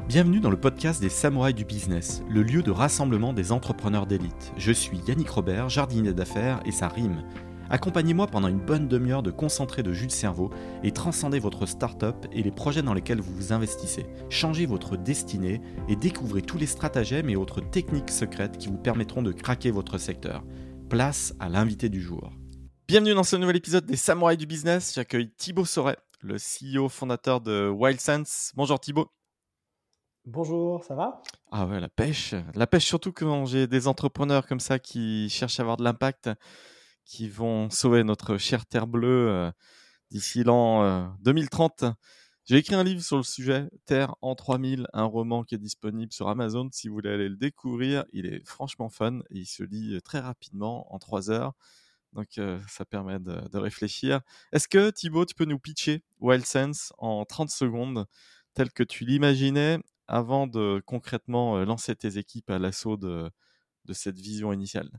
Bienvenue dans le podcast des Samouraïs du Business, le lieu de rassemblement des entrepreneurs d'élite. Je suis Yannick Robert, jardinier d'affaires et ça rime. Accompagnez-moi pendant une bonne demi-heure de concentré de jus de cerveau et transcendez votre start-up et les projets dans lesquels vous vous investissez. Changez votre destinée et découvrez tous les stratagèmes et autres techniques secrètes qui vous permettront de craquer votre secteur. Place à l'invité du jour. Bienvenue dans ce nouvel épisode des Samouraïs du Business. J'accueille Thibaut Sauret, le CEO fondateur de WildSense. Bonjour Thibaut. Bonjour, ça va? Ah ouais, la pêche. La pêche surtout quand j'ai des entrepreneurs comme ça qui cherchent à avoir de l'impact, qui vont sauver notre chère terre bleue d'ici l'an 2030. J'ai écrit un livre sur le sujet, Terre en 3000, un roman qui est disponible sur Amazon si vous voulez aller le découvrir. Il est franchement fun et il se lit très rapidement en 3 heures. Donc ça permet de réfléchir. Est-ce que Thibaut, tu peux nous pitcher WildSense en 30 secondes tel que tu l'imaginais avant de concrètement lancer tes équipes à l'assaut de cette vision initiale?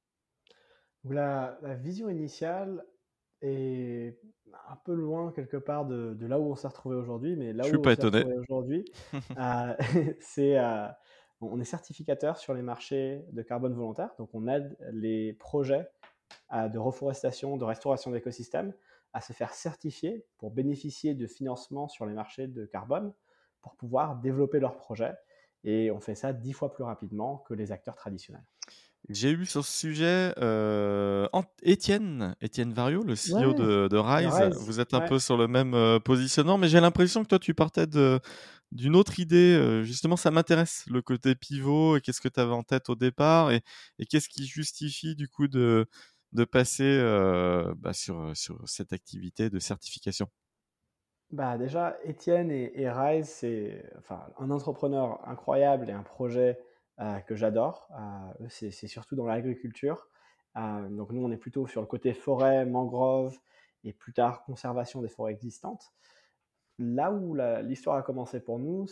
La vision initiale est un peu loin quelque part de là où on s'est retrouvé aujourd'hui, mais Je là suis où on pas s'est étonné. retrouvé aujourd'hui, euh, c'est on est certificateur sur les marchés de carbone volontaire, donc on aide les projets de reforestation, de restauration d'écosystèmes à se faire certifier pour bénéficier de financement sur les marchés de carbone pour pouvoir développer leurs projets. Et on fait ça 10 fois plus rapidement que les acteurs traditionnels. J'ai eu sur ce sujet Étienne Vario, le CEO Ouais, de de Rise. Rise, Vous êtes un ouais. peu sur le même positionnement, mais j'ai l'impression que toi, tu partais d'une autre idée. Justement, ça m'intéresse, le côté pivot, et qu'est-ce que tu avais en tête au départ, et qu'est-ce qui justifie du coup de passer sur cette activité de certification. Bah déjà, Étienne et Rise, c'est enfin, un entrepreneur incroyable et un projet que j'adore. C'est surtout dans l'agriculture. Donc nous, on est plutôt sur le côté forêt, mangrove et plus tard conservation des forêts existantes. Là où l'histoire a commencé pour nous,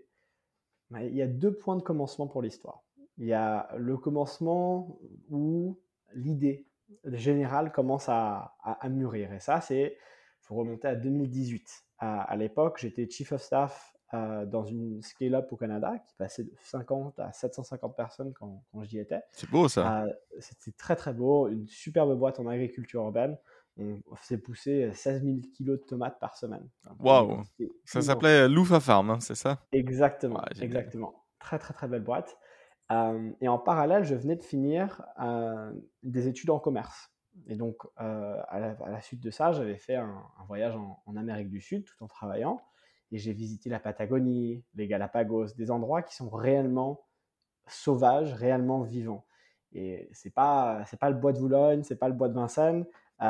il y a deux points de commencement pour l'histoire. Il y a le commencement où l'idée générale commence à mûrir. Et ça, faut remonter à 2018. À l'époque, j'étais Chief of Staff dans une scale-up au Canada qui passait de 50 à 750 personnes quand j'y étais. C'est beau ça. C'était très très beau, une superbe boîte en agriculture urbaine. On faisait pousser 16 000 kilos de tomates par semaine. Donc, Waouh. c'était Ça immense. s'appelait Loufa Farm, hein, c'est ça? Ouais, Exactement, génial. exactement. Très très très belle boîte. Et en parallèle, je venais de finir des études en commerce. Et donc, à la suite de ça, j'avais fait un voyage en Amérique du Sud tout en travaillant. Et j'ai visité la Patagonie, les Galapagos, des endroits qui sont réellement sauvages, réellement vivants. Et c'est pas le bois de Boulogne, c'est pas le bois de Vincennes.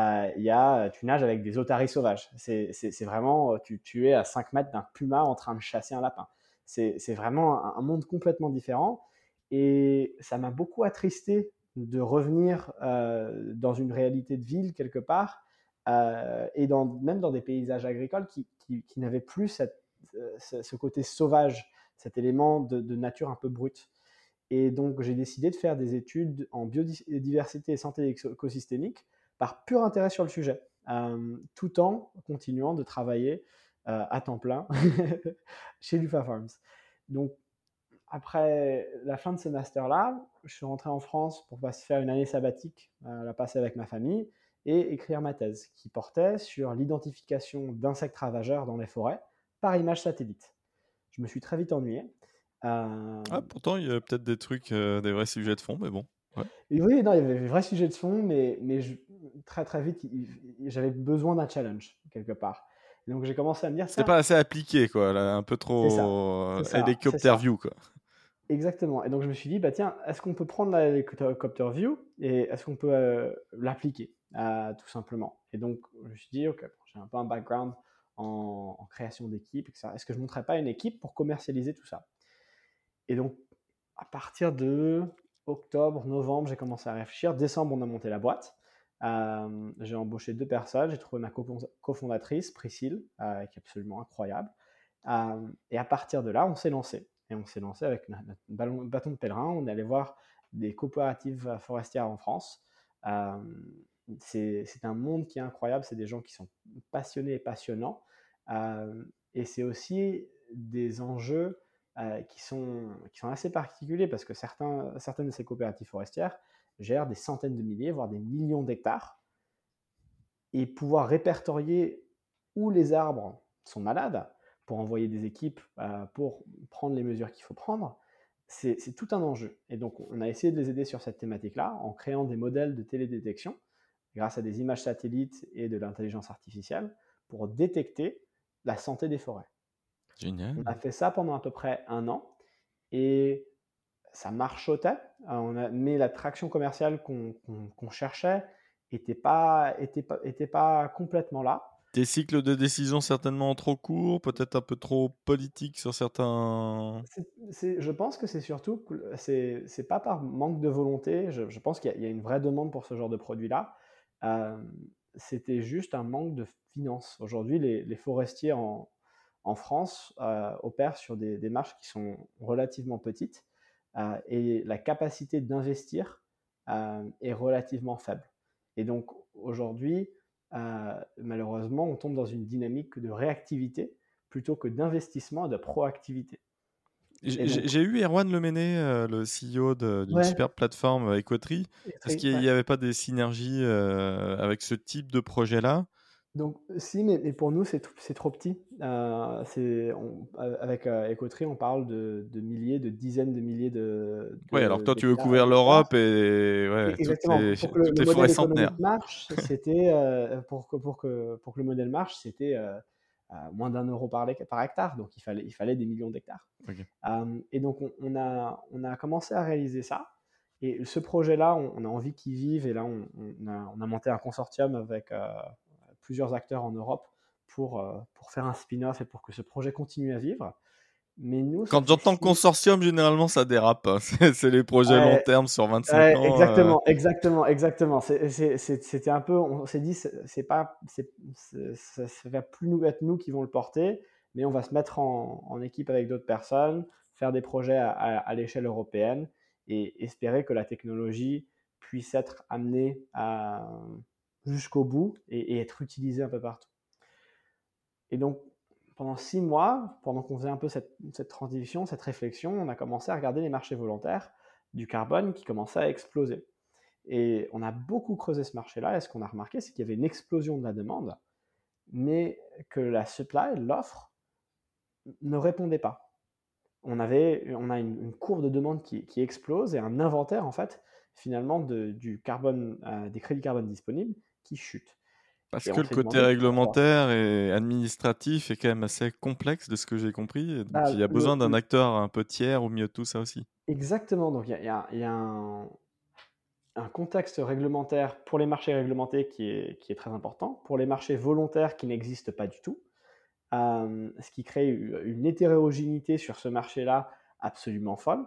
Tu nages avec des otaries sauvages. C'est vraiment, tu es à 5 mètres d'un puma en train de chasser un lapin. C'est vraiment un monde complètement différent. Et ça m'a beaucoup attristé de revenir dans une réalité de ville quelque part, et même dans des paysages agricoles qui n'avaient plus ce côté sauvage, cet élément de nature un peu brute. Et donc, j'ai décidé de faire des études en biodiversité et santé écosystémique par pur intérêt sur le sujet, tout en continuant de travailler à temps plein chez Lufa Farms. Donc, après la fin de ce master-là, je suis rentré en France pour faire une année sabbatique, la passer avec ma famille, et écrire ma thèse, qui portait sur l'identification d'insectes ravageurs dans les forêts par image satellite. Je me suis très vite ennuyé. Euh, Ah, pourtant, il y a peut-être des trucs, des vrais sujets de fond, mais bon. Ouais. Et oui, non, il y avait des vrais sujets de fond, mais très très vite, j'avais besoin d'un challenge quelque part. Et donc j'ai commencé à me dire, C'était tiens, pas assez appliqué, quoi. Là, un peu c'est ça, trop c'est ça, c'est helicopter ça, view, quoi. exactement. Et donc je me suis dit, bah tiens, est-ce qu'on peut prendre l'hélicopter view et est-ce qu'on peut l'appliquer tout simplement. Et donc je me suis dit, ok, bon, j'ai un peu un background en création d'équipe, etc. Est-ce que je ne monterais pas une équipe pour commercialiser tout ça? Et donc à partir de octobre, novembre, j'ai commencé à réfléchir. Décembre, on a monté la boîte. J'ai embauché 2 personnes. J'ai trouvé ma cofondatrice, Priscille, qui est absolument incroyable. Et à partir de là, on s'est lancé. Et on s'est lancé avec notre bâton de pèlerin. On est allé voir des coopératives forestières en France. Euh, c'est un monde qui est incroyable. C'est des gens qui sont passionnés et passionnants. Et c'est aussi des enjeux qui sont assez particuliers parce que certaines de ces coopératives forestières gèrent des centaines de milliers, voire des millions d'hectares, et pouvoir répertorier où les arbres sont malades pour envoyer des équipes pour prendre les mesures qu'il faut prendre, c'est tout un enjeu. Et donc, on a essayé de les aider sur cette thématique-là en créant des modèles de télédétection grâce à des images satellites et de l'intelligence artificielle pour détecter la santé des forêts. Génial. On a fait ça pendant à peu près 1 an et ça marchotait, mais la traction commerciale qu'on cherchait était pas complètement là. Des cycles de décision certainement trop courts, peut-être un peu trop politiques sur certains. Je pense que c'est surtout que c'est pas par manque de volonté. Je pense qu'il y a une vraie demande pour ce genre de produit-là. Euh, C'était juste un manque de finances. Aujourd'hui, les forestiers en France opèrent sur des marges qui sont relativement petites et la capacité d'investir est relativement faible. Et donc aujourd'hui, malheureusement, on tombe dans une dynamique de réactivité plutôt que d'investissement et de proactivité. Et donc, J'ai eu Erwan Lemené, le CEO d'une ouais, superbe plateforme Ecotree. Est-ce qu'il ouais. n'y avait pas des synergies avec ce type de projet-là? Donc, si, mais pour nous, c'est trop petit. Avec Ecotree, on parle de milliers, de dizaines de milliers Oui, alors que toi, tu veux couvrir d'hectares. l'Europe et ouais, Exactement. Pour que toutes le les forêts modèle centenaires. économique marche, c'était pour que le modèle marche, c'était moins d'1 euro par hectare. Donc, il fallait des millions d'hectares. Ok. Et donc, on a commencé à réaliser ça. Et ce projet-là, on a envie qu'il vive. Et là, on a monté un consortium avec plusieurs acteurs en Europe pour faire un spin-off et pour que ce projet continue à vivre. Mais nous, ça Quand fait j'entends 6. consortium, généralement, ça dérape, hein. C'est les projets long Ouais, terme sur 25 ouais, ans. exactement, exactement, exactement. C'était un peu, on s'est dit, c'est pas, ça va plus nous être nous qui vont le porter, mais on va se mettre en équipe avec d'autres personnes, faire des projets à l'échelle européenne et espérer que la technologie puisse être amenée jusqu'au bout et être utilisée un peu partout. Et donc, pendant 6 mois, pendant qu'on faisait un peu cette transition, cette réflexion, on a commencé à regarder les marchés volontaires du carbone qui commençaient à exploser. Et on a beaucoup creusé ce marché-là, et ce qu'on a remarqué, c'est qu'il y avait une explosion de la demande, mais que la supply, l'offre, ne répondait pas. On a une courbe de demande qui explose et un inventaire, en fait, finalement, du carbone, des crédits carbone disponibles qui chute. Parce Et que on le s'est côté demandé pourquoi. réglementaire et administratif est quand même assez complexe de ce que j'ai compris. Et donc, il Bah, y a besoin d'un acteur un peu tiers au milieu de tout ça aussi. exactement, donc il y a un contexte réglementaire pour les marchés réglementés qui est très important, pour les marchés volontaires qui n'existent pas du tout, ce qui crée une hétérogénéité sur ce marché-là absolument folle.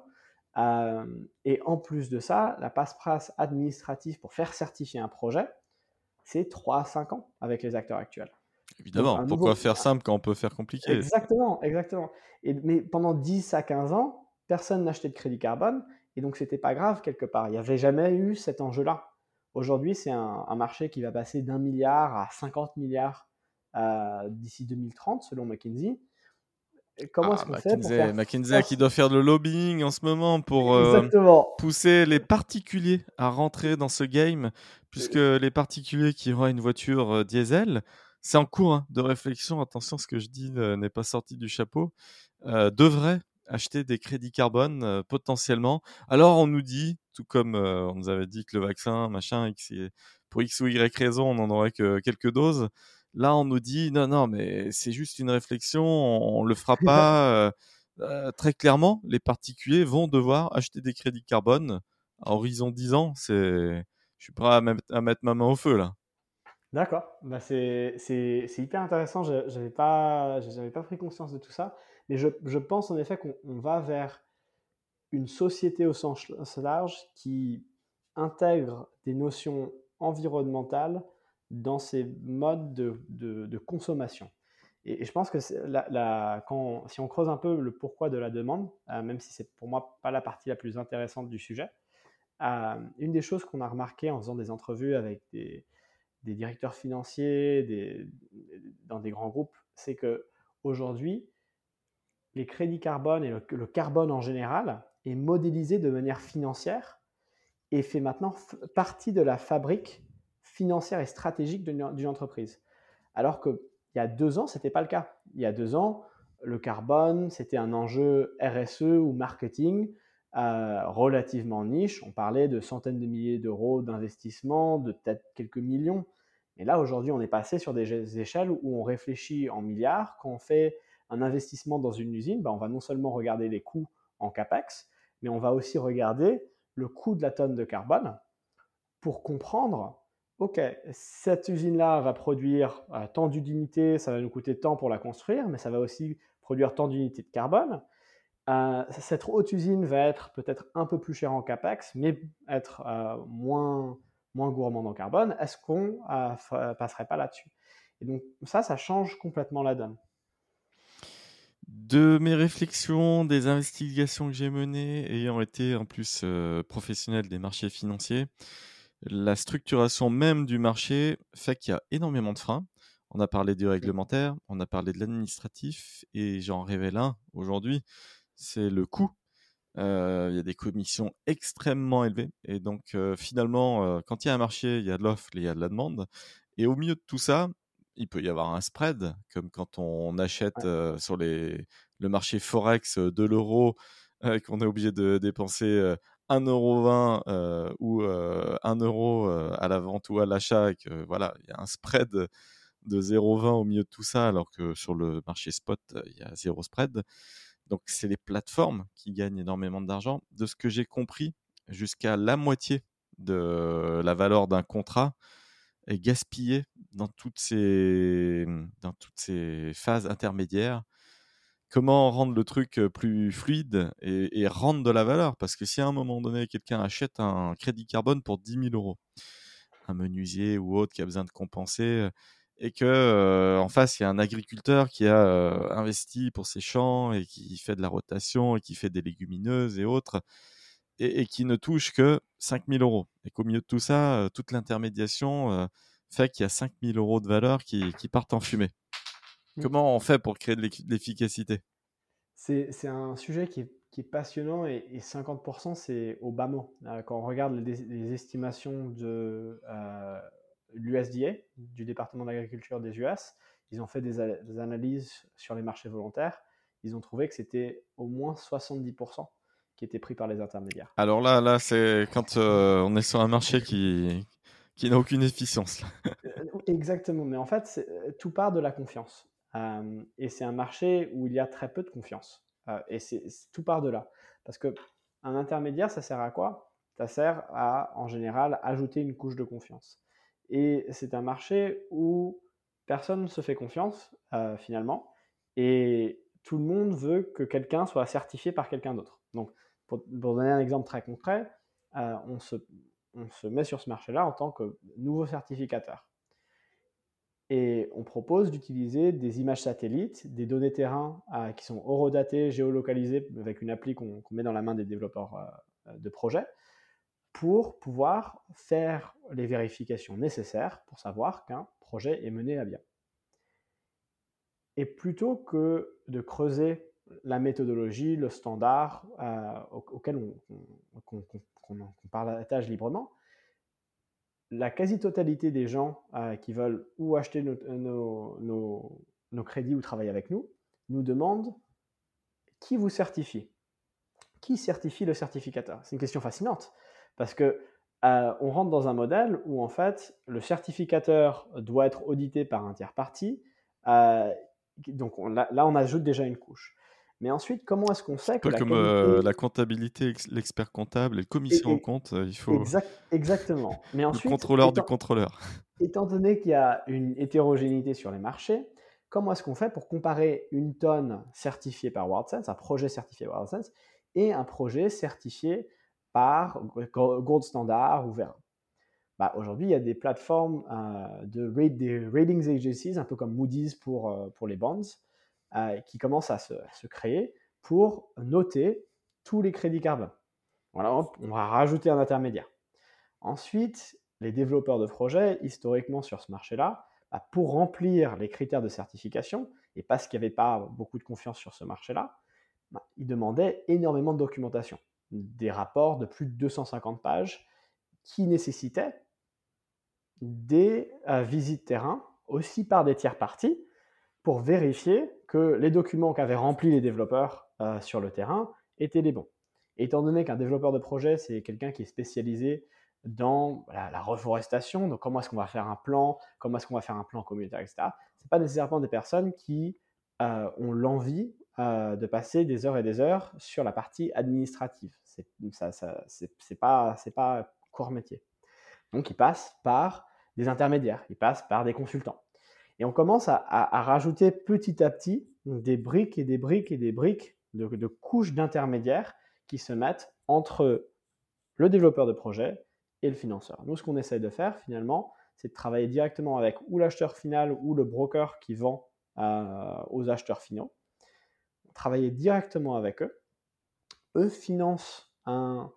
Et en plus de ça, la passe-passe administrative pour faire certifier un projet, c'est 3 à 5 ans avec les acteurs actuels. Donc Évidemment, un pourquoi nouveau... faire simple quand on peut faire compliqué? Exactement, exactement. Mais pendant 10 à 15 ans, personne n'achetait de crédit carbone, et donc c'était pas grave quelque part. Il n'y avait jamais eu cet enjeu-là. Aujourd'hui, c'est un marché qui va passer d'1 milliard à 50 milliards d'ici 2030, selon McKinsey. Et comment est-ce Ah, qu'on fait pour faire McKinsey qui face... doit faire le lobbying en ce moment pour Exactement. pousser les particuliers à rentrer dans ce game, puisque Euh, les particuliers qui auraient une voiture diesel, c'est en cours hein, de réflexion, attention, ce que je dis n'est pas sorti du chapeau, devraient acheter des crédits carbone potentiellement. Alors on nous dit, tout comme on nous avait dit que le vaccin, machin, pour X ou Y raison, on n'en aurait que quelques doses. Là, on nous dit non, non, mais c'est juste une réflexion, on le fera pas. Très clairement, les particuliers vont devoir acheter des crédits carbone à horizon 10 ans. Je suis prêt à mettre ma main au feu là. D'accord. Bah, c'est hyper intéressant. J'avais pas pris conscience de tout ça. Mais je pense en effet qu'on va vers une société au sens large qui intègre des notions environnementales dans ses modes de consommation. Et je pense que si on creuse un peu le pourquoi de la demande, même si c'est pour moi pas la partie la plus intéressante du sujet, une des choses qu'on a remarqué en faisant des entrevues avec des directeurs financiers dans des grands groupes, c'est que aujourd'hui, les crédits carbone et le carbone en général est modélisé de manière financière et fait maintenant partie de la fabrique financière et stratégique d'une entreprise. Alors qu'il y a 2 ans, ce n'était pas le cas. Il y a 2 ans, le carbone, c'était un enjeu RSE ou marketing relativement niche. On parlait de centaines de milliers d'euros d'investissement, de peut-être quelques millions. Mais là, aujourd'hui, on est passé sur des échelles où on réfléchit en milliards. Quand on fait un investissement dans une usine, on va non seulement regarder les coûts en CAPEX, mais on va aussi regarder le coût de la tonne de carbone pour comprendre, OK, cette usine-là va produire tant d'unités, ça va nous coûter tant pour la construire, mais ça va aussi produire tant d'unités de carbone. Cette haute usine va être peut-être un peu plus chère en CAPEX, mais être moins gourmand en carbone. Est-ce qu'on passerait pas là-dessus? Et donc ça change complètement la donne. De mes réflexions, des investigations que j'ai menées, ayant été en plus professionnel des marchés financiers, la structuration même du marché fait qu'il y a énormément de freins. On a parlé du réglementaire, on a parlé de l'administratif, et j'en révèle un aujourd'hui, c'est le coût. Il y a des commissions extrêmement élevées, et donc finalement, quand il y a un marché, il y a de l'offre, il y a de la demande, et au milieu de tout ça, il peut y avoir un spread, comme quand on achète sur le marché Forex de l'euro, qu'on est obligé de dépenser 1,20 € ou 1 euro à la vente ou à l'achat, et que voilà, il y a un spread de 0,20 au milieu de tout ça, alors que sur le marché spot, il y a zéro spread. Donc, c'est les plateformes qui gagnent énormément d'argent. De ce que j'ai compris, jusqu'à la moitié de la valeur d'un contrat est gaspillée dans toutes ces phases intermédiaires. Comment rendre le truc plus fluide et rendre de la valeur? Parce que si à un moment donné, quelqu'un achète un crédit carbone pour 10 000 €, un menuisier ou autre qui a besoin de compenser, et que en face, il y a un agriculteur qui a investi pour ses champs et qui fait de la rotation et qui fait des légumineuses et autres, et qui ne touche que 5 000 €. Et qu'au milieu de tout ça, toute l'intermédiation fait qu'il y a 5 000 € de valeur qui partent en fumée. Comment on fait pour créer de l'efficacité? C'est un sujet qui est passionnant et 50%, c'est au bas mot. Quand on regarde les estimations de l'USDA, du département de l'agriculture des US, ils ont fait des analyses sur les marchés volontaires. Ils ont trouvé que c'était au moins 70% qui étaient pris par les intermédiaires. Alors là, c'est quand on est sur un marché qui n'a aucune efficience. Exactement, mais en fait, tout part de la confiance. Et c'est un marché où il y a très peu de confiance. Et tout part de là. Parce qu'un intermédiaire, ça sert à quoi? Ça sert à, en général, ajouter une couche de confiance. Et c'est un marché où personne ne se fait confiance, finalement. Et tout le monde veut que quelqu'un soit certifié par quelqu'un d'autre. Donc, pour donner un exemple très concret, on se met sur ce marché-là en tant que nouveau certificateur. Et on propose d'utiliser des images satellites, des données terrain qui sont horodatées, géolocalisées avec une appli qu'on met dans la main des développeurs de projets pour pouvoir faire les vérifications nécessaires pour savoir qu'un projet est mené à bien. Et plutôt que de creuser la méthodologie, le standard auquel on partage librement, la quasi-totalité des gens qui veulent ou acheter nos crédits ou travailler avec nous demandent qui vous certifie. Qui certifie le certificateur? C'est une question fascinante parce que on rentre dans un modèle où en fait le certificateur doit être audité par un tiers parti. Donc là, on ajoute déjà une couche. Mais ensuite, comment est-ce qu'on C'est un sait que peu la comme qualité la comptabilité, l'expert comptable et le est, commissaire aux comptes, il faut exactement. Mais le ensuite, contrôleur du contrôleur. étant donné qu'il y a une hétérogénéité sur les marchés, comment est-ce qu'on fait pour comparer une tonne certifiée par WorldSense, un projet certifié par WorldSense, et un projet certifié par Gold Standard ou Verra? Aujourd'hui, il y a des plateformes des ratings agencies, un peu comme Moody's pour les bonds, qui commencent à se créer pour noter tous les crédits carbone. Voilà, on va rajouter un intermédiaire. Ensuite, les développeurs de projets, historiquement sur ce marché-là, pour remplir les critères de certification, et parce qu'il n'y avait pas beaucoup de confiance sur ce marché-là, ils demandaient énormément de documentation, des rapports de plus de 250 pages qui nécessitaient des visites terrain, aussi par des tiers parties, pour vérifier que les documents qu'avaient remplis les développeurs sur le terrain étaient les bons. Et étant donné qu'un développeur de projet, c'est quelqu'un qui est spécialisé dans la reforestation, donc comment est-ce qu'on va faire un plan, comment est-ce qu'on va faire un plan communautaire, etc., ce n'est pas nécessairement des personnes qui ont l'envie de passer des heures et des heures sur la partie administrative. C'est pas corps métier. Donc, ils passent par des intermédiaires, ils passent par des consultants. Et on commence à rajouter petit à petit des briques et des briques et des briques de couches d'intermédiaires qui se mettent entre le développeur de projet et le financeur. Nous, ce qu'on essaie de faire finalement, c'est de travailler directement avec ou l'acheteur final ou le broker qui vend aux acheteurs finaux. Travailler directement avec eux. Eux financent un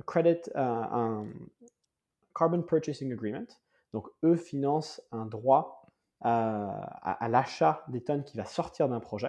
Carbon Purchasing Agreement. Donc, eux financent un droit à l'achat des tonnes qui va sortir d'un projet.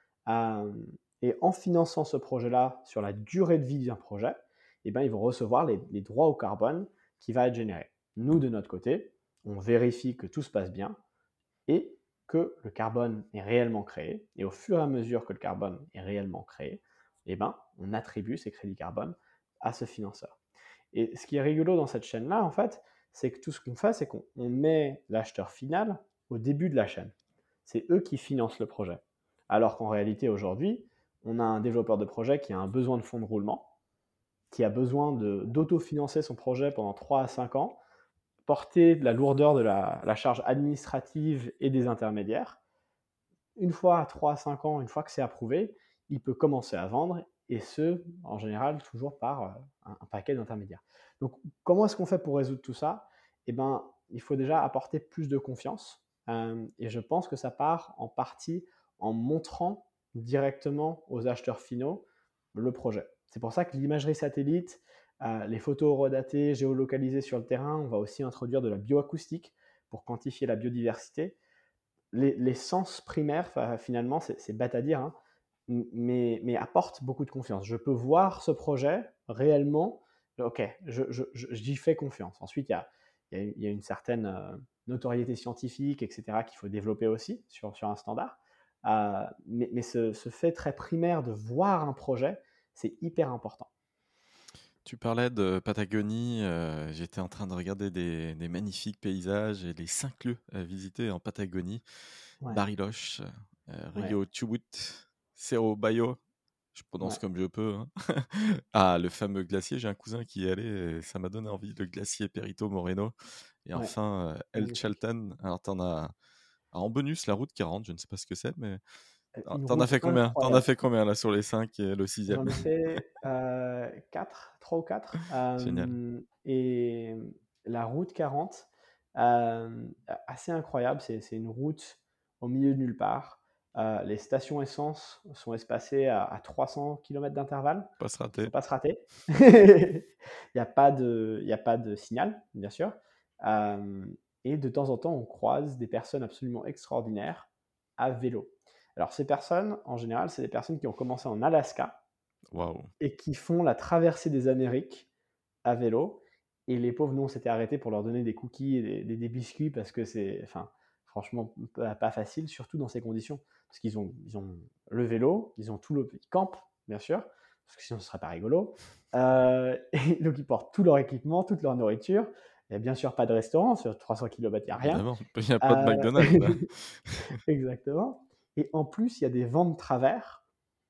Et en finançant ce projet-là sur la durée de vie d'un projet, eh ben, ils vont recevoir les droits au carbone qui va être généré. Nous, de notre côté, on vérifie que tout se passe bien et que le carbone est réellement créé. Et au fur et à mesure que le carbone est réellement créé, eh ben, on attribue ces crédits carbone à ce financeur. Et ce qui est rigolo dans cette chaîne-là, en fait, c'est que tout ce qu'on fait, c'est qu'on met l'acheteur final au début de la chaîne. C'est eux qui financent le projet. Alors qu'en réalité, aujourd'hui, on a un développeur de projet qui a un besoin de fonds de roulement, qui a besoin d'autofinancer son projet pendant 3 à 5 ans, porter la lourdeur de la charge administrative et des intermédiaires. Une fois à 3 à 5 ans, une fois que c'est approuvé, il peut commencer à vendre, et ce, en général, toujours par un paquet d'intermédiaires. Donc, comment est-ce qu'on fait pour résoudre tout ça? Eh ben, il faut déjà apporter plus de confiance, et je pense que ça part en partie en montrant directement aux acheteurs finaux le projet. C'est pour ça que l'imagerie satellite, les photos horodatées, géolocalisées sur le terrain, on va aussi introduire de la bioacoustique pour quantifier la biodiversité. Les sens primaires, finalement, c'est bête à dire, hein, mais apportent beaucoup de confiance. Je peux voir ce projet réellement, ok, j'y fais confiance. Ensuite, il y a une certaine notoriété scientifique, etc., qu'il faut développer aussi sur un standard. Mais ce fait très primaire de voir un projet, c'est hyper important. Tu parlais de Patagonie, j'étais en train de regarder des magnifiques paysages et les 5 lieux à visiter en Patagonie. Ouais, Bariloche, ouais, Rio Chubut, Cerro Bayo, je prononce ouais, comme je peux, hein. Ah, le fameux glacier, j'ai un cousin qui y est allé et ça m'a donné envie, le glacier Perito Moreno. Et ouais, enfin, El magnifique. Chaltén. Alors, en bonus la route 40, je ne sais pas ce que c'est, mais Une t'en as route fait combien? T'en as incroyable. fait combien là sur les 5 et le sixième? J'en ai fait 4, 3 ou 4. Génial. Et la route 40, assez incroyable, c'est une route au milieu de nulle part. Les stations essence sont espacées à 300 km d'intervalle, Pas se donc il ne faut rater. pas se rater. Il n'y a pas de signal, bien sûr. Euh, et de temps en temps, on croise des personnes absolument extraordinaires à vélo. Alors ces personnes, en général, c'est des personnes qui ont commencé en Alaska Waouh. et qui font la traversée des Amériques à vélo. Et les pauvres, nous, on s'était arrêtés pour leur donner des cookies et des biscuits parce que c'est, enfin, franchement, pas facile, surtout dans ces conditions. Parce ils ont le vélo, ils ont tout le. Ils campent, bien sûr, parce que sinon ce serait pas rigolo. Et donc, ils portent tout leur équipement, toute leur nourriture. Il n'y a bien sûr pas de restaurant, sur 300 km, il n'y a rien. Évidemment, il n'y a pas de Euh, McDonald's là. Exactement. Et en plus, il y a des vents de travers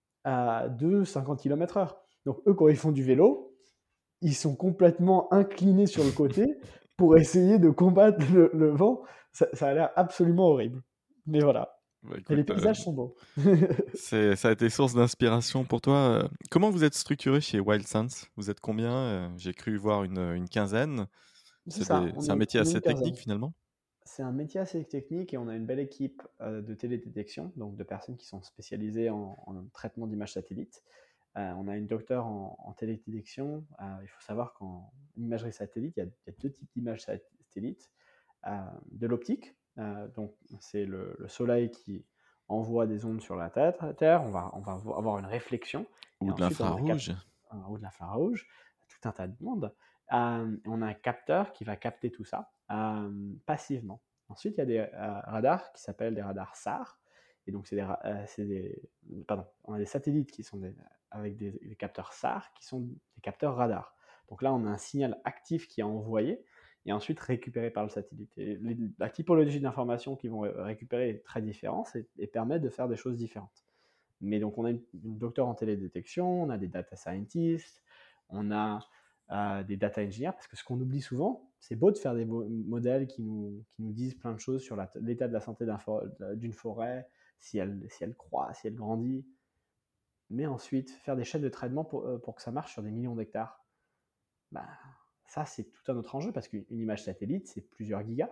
de 50 km/h. Donc, eux, quand ils font du vélo, ils sont complètement inclinés sur le côté pour essayer de combattre le vent. Ça a l'air absolument horrible. Mais voilà. Bah, Et les écoute, paysages sont beaux. ça a été source d'inspiration pour toi. Comment vous êtes structuré chez Wild Sense? Vous êtes combien? J'ai cru voir une quinzaine. C'est ça, C'est un métier on est assez une technique quinzaine. finalement? C'est un métier assez technique et on a une belle équipe de télédétection, donc de personnes qui sont spécialisées en traitement d'images satellites. On a une docteure en télédétection. Il faut savoir qu'en imagerie satellite, il y a deux types d'images satellites. De l'optique, donc c'est le soleil qui envoie des ondes sur la Terre, on va avoir une réflexion, et Ou de ensuite on a l'infrarouge. ou de l'infrarouge, tout un tas de monde. On a un capteur qui va capter tout ça passivement. Ensuite, il y a des radars qui s'appellent des radars SAR. Et donc, pardon, on a des satellites qui sont avec des capteurs SAR qui sont des capteurs radars. Donc là, on a un signal actif qui est envoyé et ensuite récupéré par le satellite. Et la typologie d'informations qu'ils vont récupérer est très différente et permet de faire des choses différentes. Mais donc, on a une docteure en télédétection, on a des data scientists, on a des data engineers, parce que ce qu'on oublie souvent, c'est beau de faire des modèles qui nous disent plein de choses sur l'état de la santé d'une forêt, si elle croît, si elle grandit, mais ensuite faire des chaînes de traitement pour que ça marche sur des millions d'hectares. Bah, ça, c'est tout un autre enjeu, parce qu'une image satellite, c'est plusieurs gigas.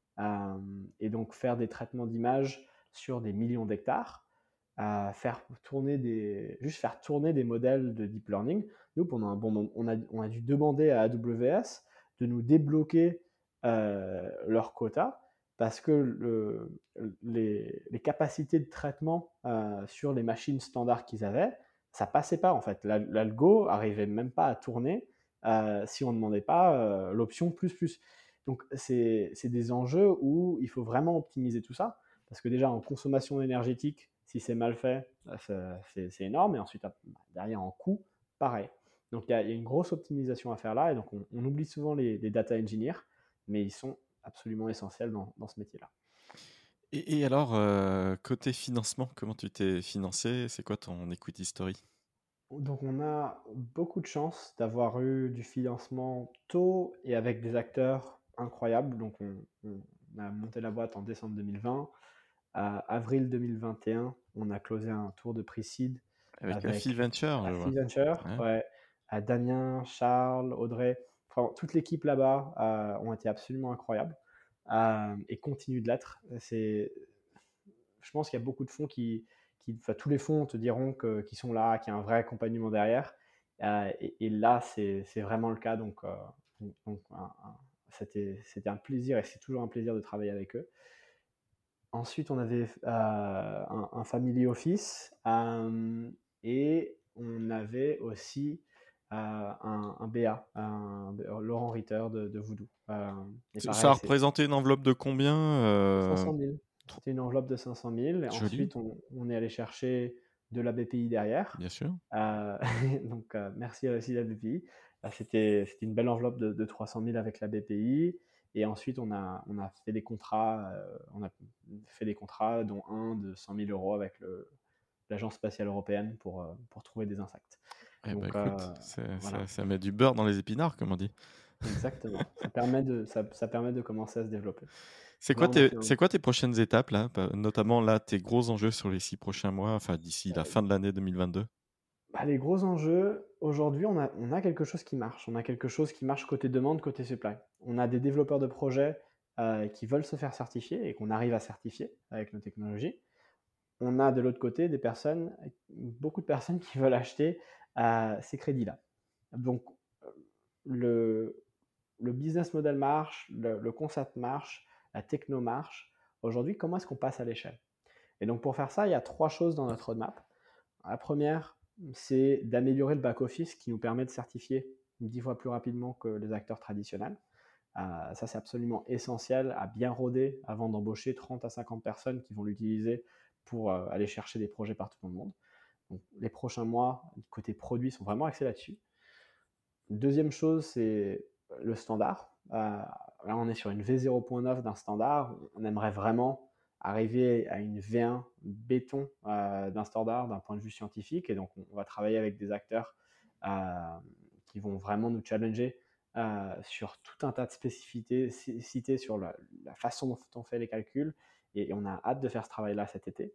Et donc faire des traitements d'images sur des millions d'hectares, faire faire tourner des modèles de deep learning. Nous, pendant un bon moment, on a dû demander à AWS de nous débloquer leur quota, parce que les capacités de traitement sur les machines standards qu'ils avaient, ça passait pas en fait. L'algo arrivait même pas à tourner si on ne demandait pas l'option plus plus. Donc c'est des enjeux où il faut vraiment optimiser tout ça, parce que déjà en consommation énergétique, si c'est mal fait, c'est énorme, et ensuite derrière en coût, pareil. Donc il y a une grosse optimisation à faire là, et donc on oublie souvent les data engineers, mais ils sont absolument essentiels dans ce métier-là. Et alors, côté financement, comment tu t'es financé? C'est quoi ton equity story? Donc on a beaucoup de chance d'avoir eu du financement tôt et avec des acteurs incroyables. Donc on a monté la boîte en décembre 2020. À avril 2021, on a closé un tour de pre-seed Avec Affy avec Venture, je vois. Affy Venture, Ouais. ouais, à Damien, Charles, Audrey. Enfin, toute l'équipe là-bas ont été absolument incroyables et continuent de l'être. Je pense qu'il y a beaucoup de fonds enfin, tous les fonds te diront qu'ils sont là, qu'il y a un vrai accompagnement derrière. Et là, c'est vraiment le cas. Donc, c'était un plaisir, et c'est toujours un plaisir de travailler avec eux. Ensuite, on avait un family office et on avait aussi un BA, Laurent Ritter de Voodoo. Et Ça pareil, a c'est représenté une enveloppe de combien? 500 000. C'était une enveloppe de 500 000. Et Joli, ensuite, on est allé chercher de la BPI derrière. bien sûr. Euh, donc, merci aussi la BPI. C'était une belle enveloppe de 300 000 avec la BPI. Et ensuite, on a fait des contrats, dont un de 100 000 euros avec l'Agence spatiale européenne pour trouver des insectes. Eh ben Donc, écoute, voilà, ça met du beurre dans les épinards, comme on dit. exactement. Ça permet de commencer à se développer. C'est Là, quoi on a fait tes prochaines étapes là, notamment là, tes gros enjeux sur les 6 prochains mois, enfin d'ici la fin de l'année 2022? les gros enjeux, aujourd'hui, on a quelque chose qui marche. On a quelque chose qui marche côté demande, côté supply. On a des développeurs de projets qui veulent se faire certifier et qu'on arrive à certifier avec nos technologies. On a de l'autre côté beaucoup de personnes qui veulent acheter ces crédits-là. Donc, le, le business model marche, le concept marche, la techno marche. Aujourd'hui, comment est-ce qu'on passe à l'échelle? Et donc, pour faire ça, il y a 3 choses dans notre roadmap. La première, c'est d'améliorer le back-office qui nous permet de certifier 10 fois plus rapidement que les acteurs traditionnels. Ça, c'est absolument essentiel à bien roder avant d'embaucher 30 à 50 personnes qui vont l'utiliser pour aller chercher des projets partout dans le monde. Donc, les prochains mois, côté produit, sont vraiment axés là-dessus. Deuxième chose, c'est le standard. Là, on est sur une V0.9 d'un standard. On aimerait vraiment arriver à une V1 béton d'un standard d'un point de vue scientifique. Et donc, on va travailler avec des acteurs qui vont vraiment nous challenger sur tout un tas de spécificités sur la façon dont on fait les calculs. Et on a hâte de faire ce travail-là cet été.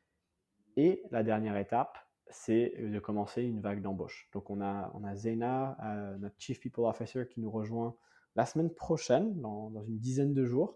Et la dernière étape, c'est de commencer une vague d'embauche. Donc on a Zena, notre Chief People Officer, qui nous rejoint la semaine prochaine, dans une dizaine de jours.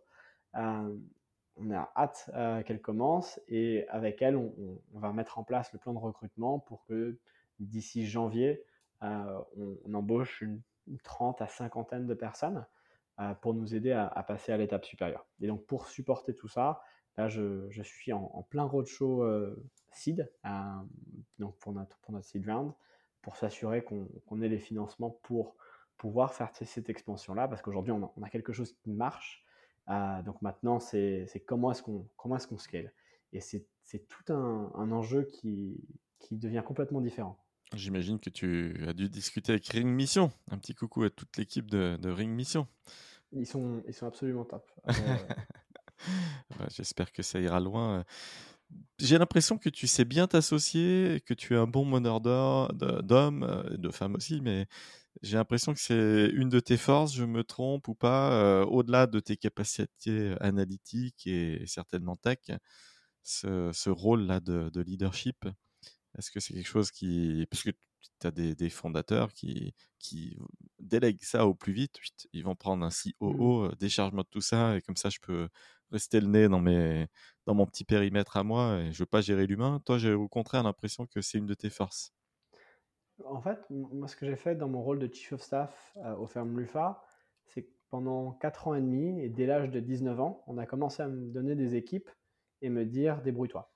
On a hâte qu'elle commence, et avec elle, on va mettre en place le plan de recrutement pour que d'ici janvier, on embauche une 30 à 50 de personnes pour nous aider à passer à l'étape supérieure. Et donc pour supporter tout ça, Là, je suis en plein roadshow seed, donc pour notre seed round, pour s'assurer qu'on ait les financements pour pouvoir faire cette expansion-là, parce qu'aujourd'hui, on a quelque chose qui marche. Donc maintenant, c'est comment est-ce qu'on scale. Et c'est tout un enjeu qui devient complètement différent. J'imagine que tu as dû discuter avec Ring Mission. Un petit coucou à toute l'équipe de Ring Mission. Ils sont absolument top. Bah, j'espère que ça ira loin. J'ai l'impression que tu sais bien t'associer, que tu es un bon meneur d'hommes, de femmes aussi, mais j'ai l'impression que c'est une de tes forces, je me trompe ou pas, au-delà de tes capacités analytiques et certainement tech, ce rôle-là de leadership. Est-ce que c'est quelque chose qui... Parce que tu as des fondateurs qui délèguent ça au plus vite. Ils vont prendre un Mm. COO, décharge-moi de tout ça, et comme ça, je peux rester le nez dans mon petit périmètre à moi, et je veux pas gérer l'humain. Toi, j'ai au contraire l'impression que c'est une de tes forces. En fait, moi, ce que j'ai fait dans mon rôle de Chief of Staff aux fermes Lufa, c'est que pendant 4 ans et demi, et dès l'âge de 19 ans, on a commencé à me donner des équipes et me dire débrouille-toi.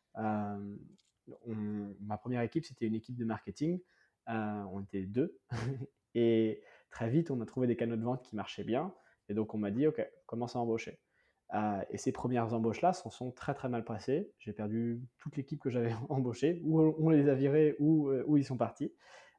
Ma première équipe, c'était une équipe de marketing. On était deux. Et très vite, on a trouvé des canaux de vente qui marchaient bien. Et donc, on m'a dit, OK, commence à embaucher. Et ces premières embauches-là s'en sont très très mal passées. J'ai perdu toute l'équipe que j'avais embauchée, ou on les a virés, ou ils sont partis.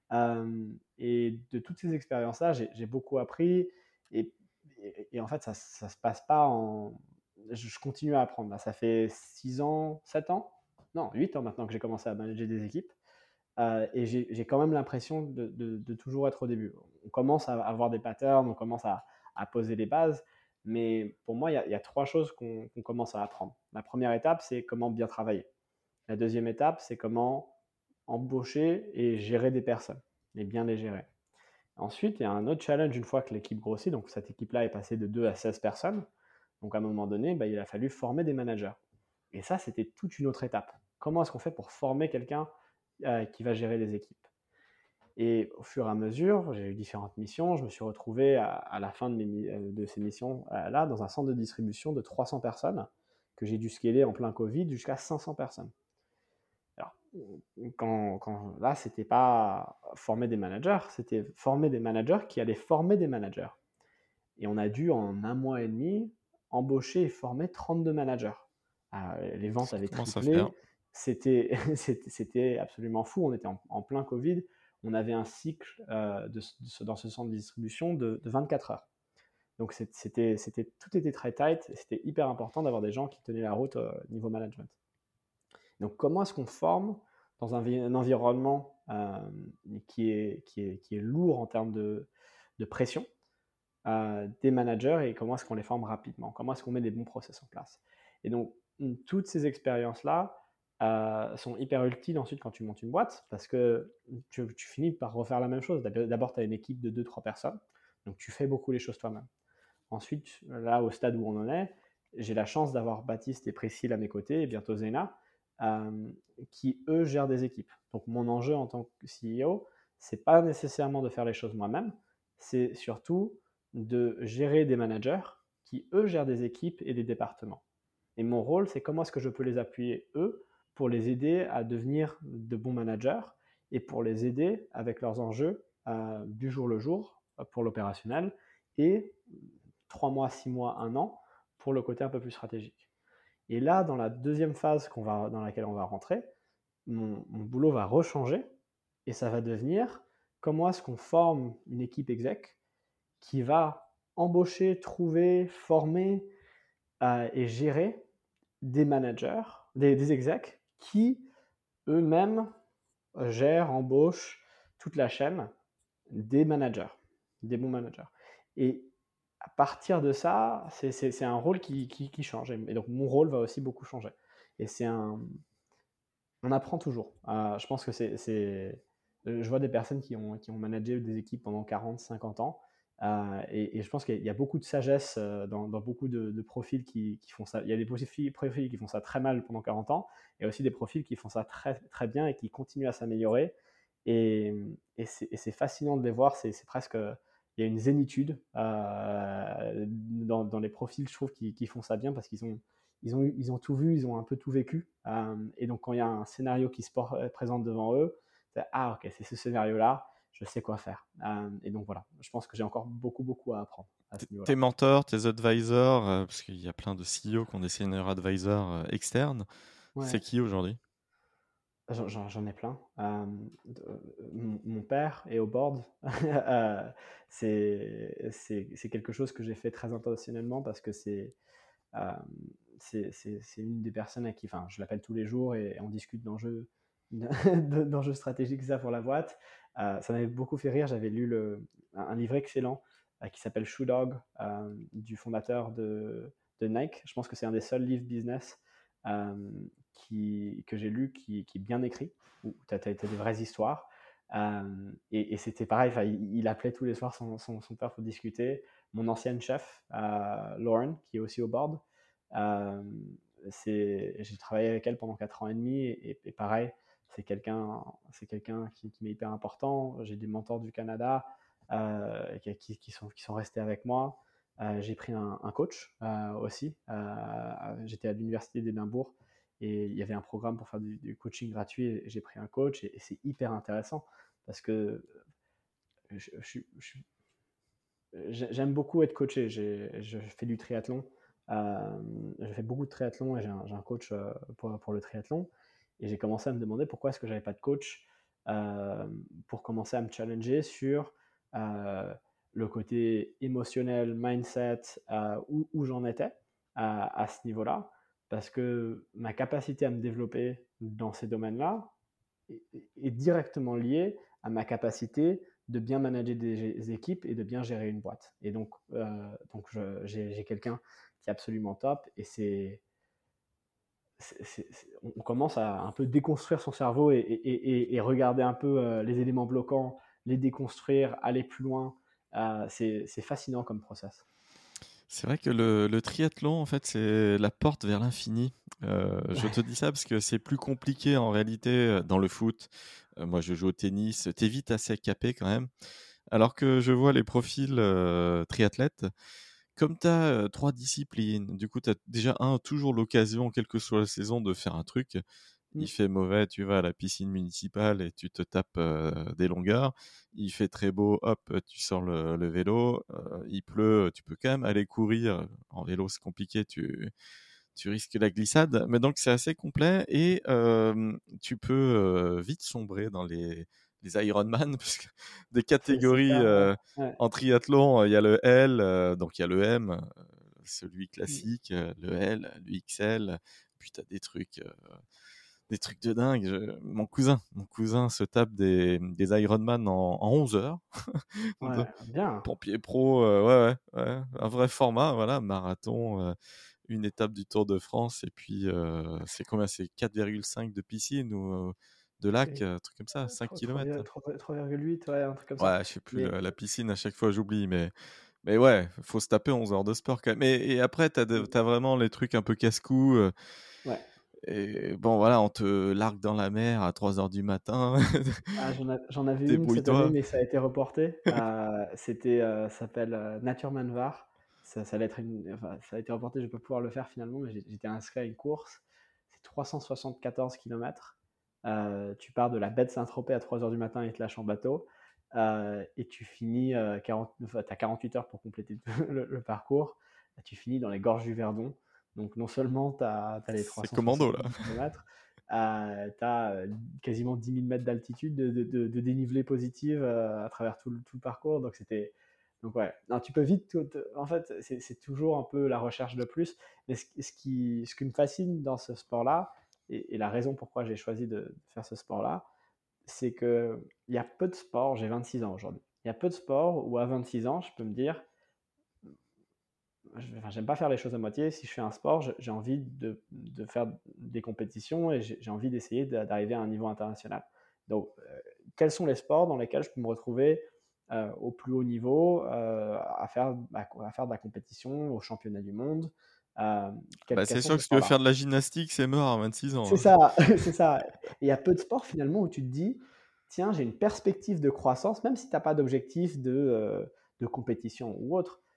Et de toutes ces expériences-là, j'ai beaucoup appris. Et, et en fait, ça se passe pas en. Je continue à apprendre. Là, ça fait 6 ans, 7 ans, non, 8 ans maintenant que j'ai commencé à manager des équipes. Et j'ai quand même l'impression de toujours être au début. On commence à avoir des patterns, on commence à poser les bases. Mais pour moi, il y a 3 choses qu'on commence à apprendre. La première étape, c'est comment bien travailler. La deuxième étape, c'est comment embaucher et gérer des personnes et bien les gérer. Ensuite, il y a un autre challenge une fois que l'équipe grossit. Donc, cette équipe-là est passée de 2 à 16 personnes. Donc, à un moment donné, il a fallu former des managers. Et ça, c'était toute une autre étape. Comment est-ce qu'on fait pour former quelqu'un qui va gérer des équipes? Et au fur et à mesure, j'ai eu différentes missions. Je me suis retrouvé à la fin de ces missions-là dans un centre de distribution de 300 personnes que j'ai dû scaler en plein Covid jusqu'à 500 personnes. Alors, là, c'était pas former des managers, c'était former des managers qui allaient former des managers. Et on a dû, en un mois et demi, embaucher et former 32 managers. Les ventes Ça avaient commence à faire. triplé. C'était absolument fou. On était en plein Covid. On avait un cycle dans ce centre de distribution de 24 heures. Donc, tout était très tight. C'était hyper important d'avoir des gens qui tenaient la route niveau management. Donc, comment est-ce qu'on forme dans un environnement qui est lourd en termes de pression des managers, et comment est-ce qu'on les forme rapidement? Comment est-ce qu'on met des bons process en place? Et donc, toutes ces expériences-là sont hyper utiles ensuite quand tu montes une boîte, parce que tu finis par refaire la même chose. D'abord, tu as une équipe de 2-3 personnes, donc tu fais beaucoup les choses toi-même. Ensuite, là, au stade où on en est, j'ai la chance d'avoir Baptiste et Priscille à mes côtés, et bientôt Zena, qui, eux, gèrent des équipes. Donc, mon enjeu en tant que CEO, c'est pas nécessairement de faire les choses moi-même, c'est surtout de gérer des managers qui, eux, gèrent des équipes et des départements. Et mon rôle, c'est comment est-ce que je peux les appuyer, eux, pour les aider à devenir de bons managers et pour les aider avec leurs enjeux du jour le jour pour l'opérationnel, et 3 mois, 6 mois, 1 an pour le côté un peu plus stratégique. Et là, dans la deuxième phase dans laquelle on va rentrer, mon boulot va rechanger, et ça va devenir comment est-ce qu'on forme une équipe exec qui va embaucher, trouver, former et gérer des managers, des execs qui eux-mêmes gèrent, embauchent toute la chaîne des managers, des bons managers. Et à partir de ça, c'est un rôle qui change. Et donc, mon rôle va aussi beaucoup changer. Et on apprend toujours. Je pense que je vois des personnes qui ont managé des équipes pendant 40, 50 ans. Et je pense qu'il y a beaucoup de sagesse dans beaucoup de profils qui font ça. Il y a des profils qui font ça très mal pendant 40 ans, et aussi des profils qui font ça très, très bien et qui continuent à s'améliorer. Et, c'est fascinant de les voir. C'est presque. Il y a une zénitude dans les profils, je trouve, qui font ça bien, parce ils ont tout vu, ils ont un peu tout vécu. Et donc, quand il y a un scénario qui se présente devant eux, c'est ah, ok, c'est ce scénario-là, je sais quoi faire. Et donc, voilà, je pense que j'ai encore beaucoup, beaucoup à apprendre à ce Tes niveau-là. mentors, tes advisors, parce qu'il y a plein de CEO qui ont des senior advisors externes, c'est Ouais, qui aujourd'hui? j'en ai plein. Mon père est au board. C'est quelque chose que j'ai fait très intentionnellement parce que euh, c'est une des personnes à qui, enfin, je l'appelle tous les jours et on discute d'enjeux d'enjeux stratégiques ça pour la boîte. Ça m'avait beaucoup fait rire. J'avais lu un livre excellent qui s'appelle Shoe Dog du fondateur de Nike. Je pense que c'est un des seuls livres business euh, que j'ai lu qui est bien écrit, où tu as des vraies histoires. Et c'était pareil, il appelait tous les soirs son père pour discuter. Mon ancienne chef, Lauren, qui est aussi au board, euh, j'ai travaillé avec elle pendant 4 ans et demi et pareil, c'est quelqu'un qui m'est hyper important. J'ai des mentors du Canada qui sont restés avec moi. J'ai pris un coach aussi. J'étais à l'université d'Édimbourg et il y avait un programme pour faire du coaching gratuit et j'ai pris un coach et c'est hyper intéressant parce que je, je, je, j'aime beaucoup être coaché. Je fais du triathlon. Je fais beaucoup de triathlon et j'ai un coach pour le triathlon. Et j'ai commencé à me demander pourquoi est-ce que j'avais pas de coach pour commencer à me challenger sur euh, le côté émotionnel, mindset, où j'en étais à ce niveau-là. Parce que ma capacité à me développer dans ces domaines-là est directement liée à ma capacité de bien manager des équipes et de bien gérer une boîte. Et donc j'ai quelqu'un qui est absolument top et on commence à un peu déconstruire son cerveau et regarder un peu les éléments bloquants, les déconstruire, aller plus loin. C'est fascinant comme process. C'est vrai que le triathlon, en fait, c'est la porte vers l'infini. Je te dis ça parce que c'est plus compliqué en réalité dans le foot. Moi, je joue au tennis, t'es vite assez capé quand même. Alors que je vois les profils triathlètes, comme tu as 3 disciplines, du coup, tu as déjà toujours l'occasion, quelle que soit la saison, de faire un truc. Il Mm. fait mauvais, tu vas à la piscine municipale et tu te tapes des longueurs. Il fait très beau, hop, tu sors le vélo. Il pleut, tu peux quand même aller courir. En vélo, c'est compliqué, tu risques la glissade. Mais donc, c'est assez complet et tu peux vite sombrer dans les Ironman, parce que des C'est catégories clair, ouais. Ouais. en triathlon, il y a le L, donc il y a le M, celui Mm. classique, le L, le XL, puis tu as des trucs de dingue. Mon cousin se tape des Ironman en 11 heures. Ouais, bien. Pompier pro, ouais, ouais, ouais, un vrai format, voilà, marathon, une étape du Tour de France, et puis c'est combien? C'est 4,5 de piscine ou de lac, C'est un truc comme ça, 5 km. 3,8, ouais, un truc comme ça. Ouais, je sais plus, Mais la piscine, à chaque fois, j'oublie, mais ouais, faut se taper 11 heures de sport quand même. Et après, t'as vraiment les trucs un peu casse-cou. ouais. Et bon, voilà, on te largue dans la mer à 3 heures du matin. Ah, j'en avais une cette année, Débrouille-toi. mais ça a été reporté. Ça s'appelle Naturman Var. Ça allait être enfin, ça a été reporté, je vais pas pouvoir le faire finalement, mais j'étais inscrit à une course. C'est 374 km. Tu pars de la baie de Saint-Tropez à 3 heures du matin et te lâches en bateau. Et tu finis, enfin, tu as 48 heures pour compléter le parcours. Tu finis dans les gorges du Verdon. Donc non seulement tu as les C'est commando, là. 370 km, tu as quasiment 10 000 mètres d'altitude de dénivelé positive à travers tout le parcours. Donc ouais, non, tu peux vite. En fait, c'est toujours un peu la recherche de plus. Mais ce qui me fascine dans ce sport-là, et la raison pourquoi j'ai choisi de faire ce sport-là, c'est qu'il y a peu de sports, j'ai 26 ans aujourd'hui, il y a peu de sports où à 26 ans, je peux me dire, enfin, j'aime pas faire les choses à moitié. Si je fais un sport, j'ai envie de faire des compétitions et j'ai envie d'essayer d'arriver à un niveau international. Donc, quels sont les sports dans lesquels je peux me retrouver au plus haut niveau à faire de la compétition au championnat du monde Bah, quels c'est sont sûr ces que si tu veux sports-là? faire de la gymnastique, c'est mort à 26 ans, C'est hein. ça, c'est ça. Et il y a peu de sports finalement où tu te dis, tiens, j'ai une perspective de croissance, même si tu n'as pas d'objectif de compétition ou autre.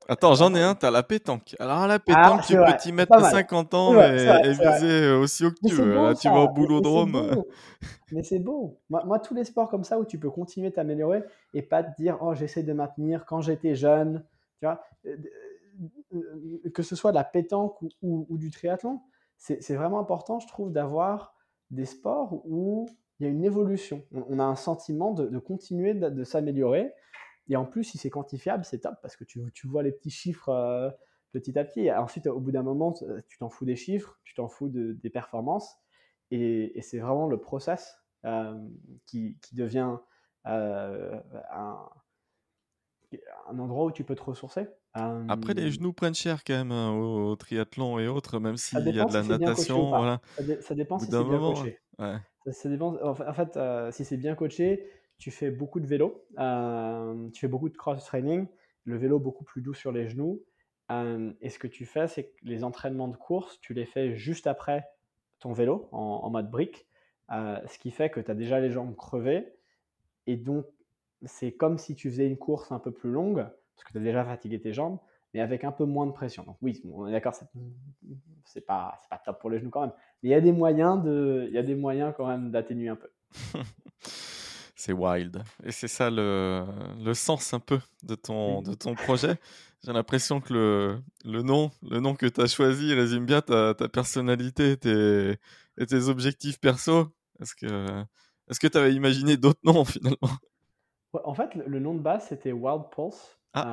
Attends, j'en ai Vraiment. un, t'as la pétanque. Alors la Ah, pétanque, tu c'est peux vrai, t'y c'est mettre pas à mal. 50 C'est ans vrai, c'est vrai, et c'est vrai. viser aussi haut que Mais tu c'est veux. beau Là, tu vas au ça, et c'est boulodrome. beau. Mais c'est beau. Moi, tous les sports comme ça où tu peux continuer de t'améliorer et pas te dire, oh, j'essaie de maintenir quand j'étais jeune, tu vois, que ce soit de la pétanque ou du triathlon, c'est vraiment important, je trouve, d'avoir des sports où il y a une évolution. On a un sentiment de continuer de s'améliorer. Et en plus, si c'est quantifiable, c'est top parce que tu vois les petits chiffres petit à petit. Et ensuite, au bout d'un moment, tu t'en fous des chiffres, tu t'en fous des performances. Et c'est vraiment le process qui devient euh, un, un endroit où tu peux te ressourcer. Après, les genoux prennent cher quand même hein, au triathlon et autres, même Ça s'il y a dépend de la si c'est bien coaché ou natation. pas. Voilà. Ça dépend Au bout si d'un c'est bien moment, coaché. ouais. Ça dépend. En fait, si c'est bien coaché, tu fais beaucoup de vélo, tu fais beaucoup de cross-training, le vélo beaucoup plus doux sur les genoux. Et ce que tu fais, c'est que les entraînements de course, tu les fais juste après ton vélo, en mode brique. Ce qui fait que tu as déjà les jambes crevées. Et donc, c'est comme si tu faisais une course un peu plus longue, parce que tu as déjà fatigué tes jambes, mais avec un peu moins de pression. Donc oui, on est d'accord, c'est pas top pour les genoux quand même. Mais il y a des moyens il y a des moyens quand même d'atténuer un peu. C'est wild. Et c'est ça le sens un peu de ton projet. J'ai l'impression que le nom que tu as choisi résume bien ta personnalité et tes objectifs perso. Est-ce que tu avais imaginé d'autres noms finalement? Ouais, en fait, le nom de base, c'était Wild Pulse. Ah,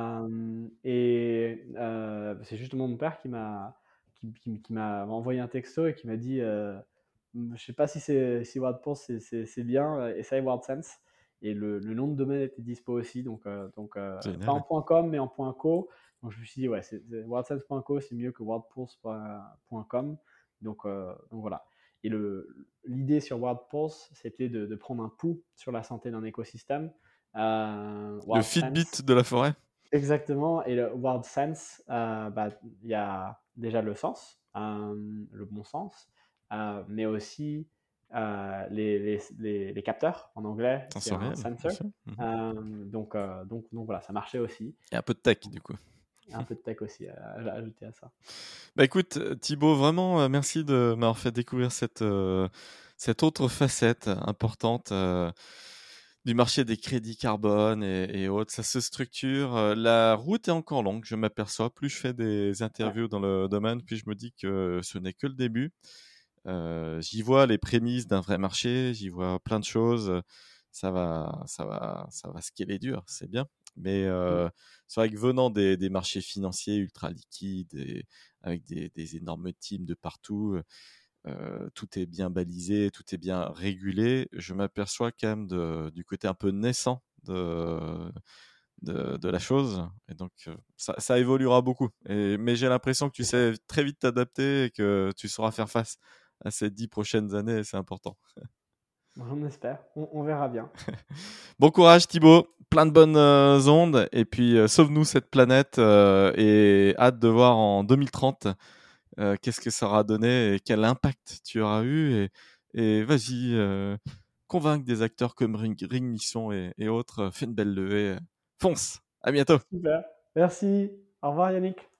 C'est justement mon père qui m'a envoyé un texto et qui m'a dit je sais pas si Wild Pulse c'est bien, essaye Wild Sense. Et le nom de domaine était dispo aussi, pas en génial. .com mais en .co. Donc je me suis dit, ouais, wildsense.co, c'est mieux que wildpulse.com. Donc voilà. Et l'idée sur Wild Pulse, c'était de prendre un pouls sur la santé d'un écosystème. Le Wild Fitbit Sense, de la forêt. exactement. Et le Wild Sense, il y a déjà le sens, le bon sens, mais aussi les capteurs. En anglais, c'est un Sensoriel, bien sensor. sûr. Mhm. Donc voilà, ça marchait aussi. Et un peu de tech du coup. Un peu de tech aussi à ajouter à ça. Bah écoute, Thibaut, vraiment, merci de m'avoir fait découvrir cette autre facette importante du marché des crédits carbone et autres. Ça se structure. La route est encore longue, je m'aperçois. Plus je fais des Ouais, interviews dans le domaine, plus je me dis que ce n'est que le début. J'y vois les prémices d'un vrai marché, j'y vois plein de choses. Ça va scaler dur, c'est bien. Mais mm, c'est vrai que venant des marchés financiers ultra liquides et avec des énormes teams de partout, tout est bien balisé, tout est bien régulé. Je m'aperçois quand même du côté un peu naissant de la chose. Et donc, ça évoluera beaucoup. Mais j'ai l'impression que tu c'est sûr. sais très vite t'adapter et que tu sauras faire face à ces 10 prochaines années. Et c'est important. On espère. On verra bien. Bon courage, Thibaut. Plein de bonnes ondes. Et puis, sauve-nous cette planète. Et hâte de voir en 2030 qu'est-ce que ça aura donné et quel impact tu auras eu. Et vas-y, convaincre des acteurs comme Ring Mission et autres. Fais une belle levée. Fonce. À bientôt. Super. Merci. Au revoir, Yannick.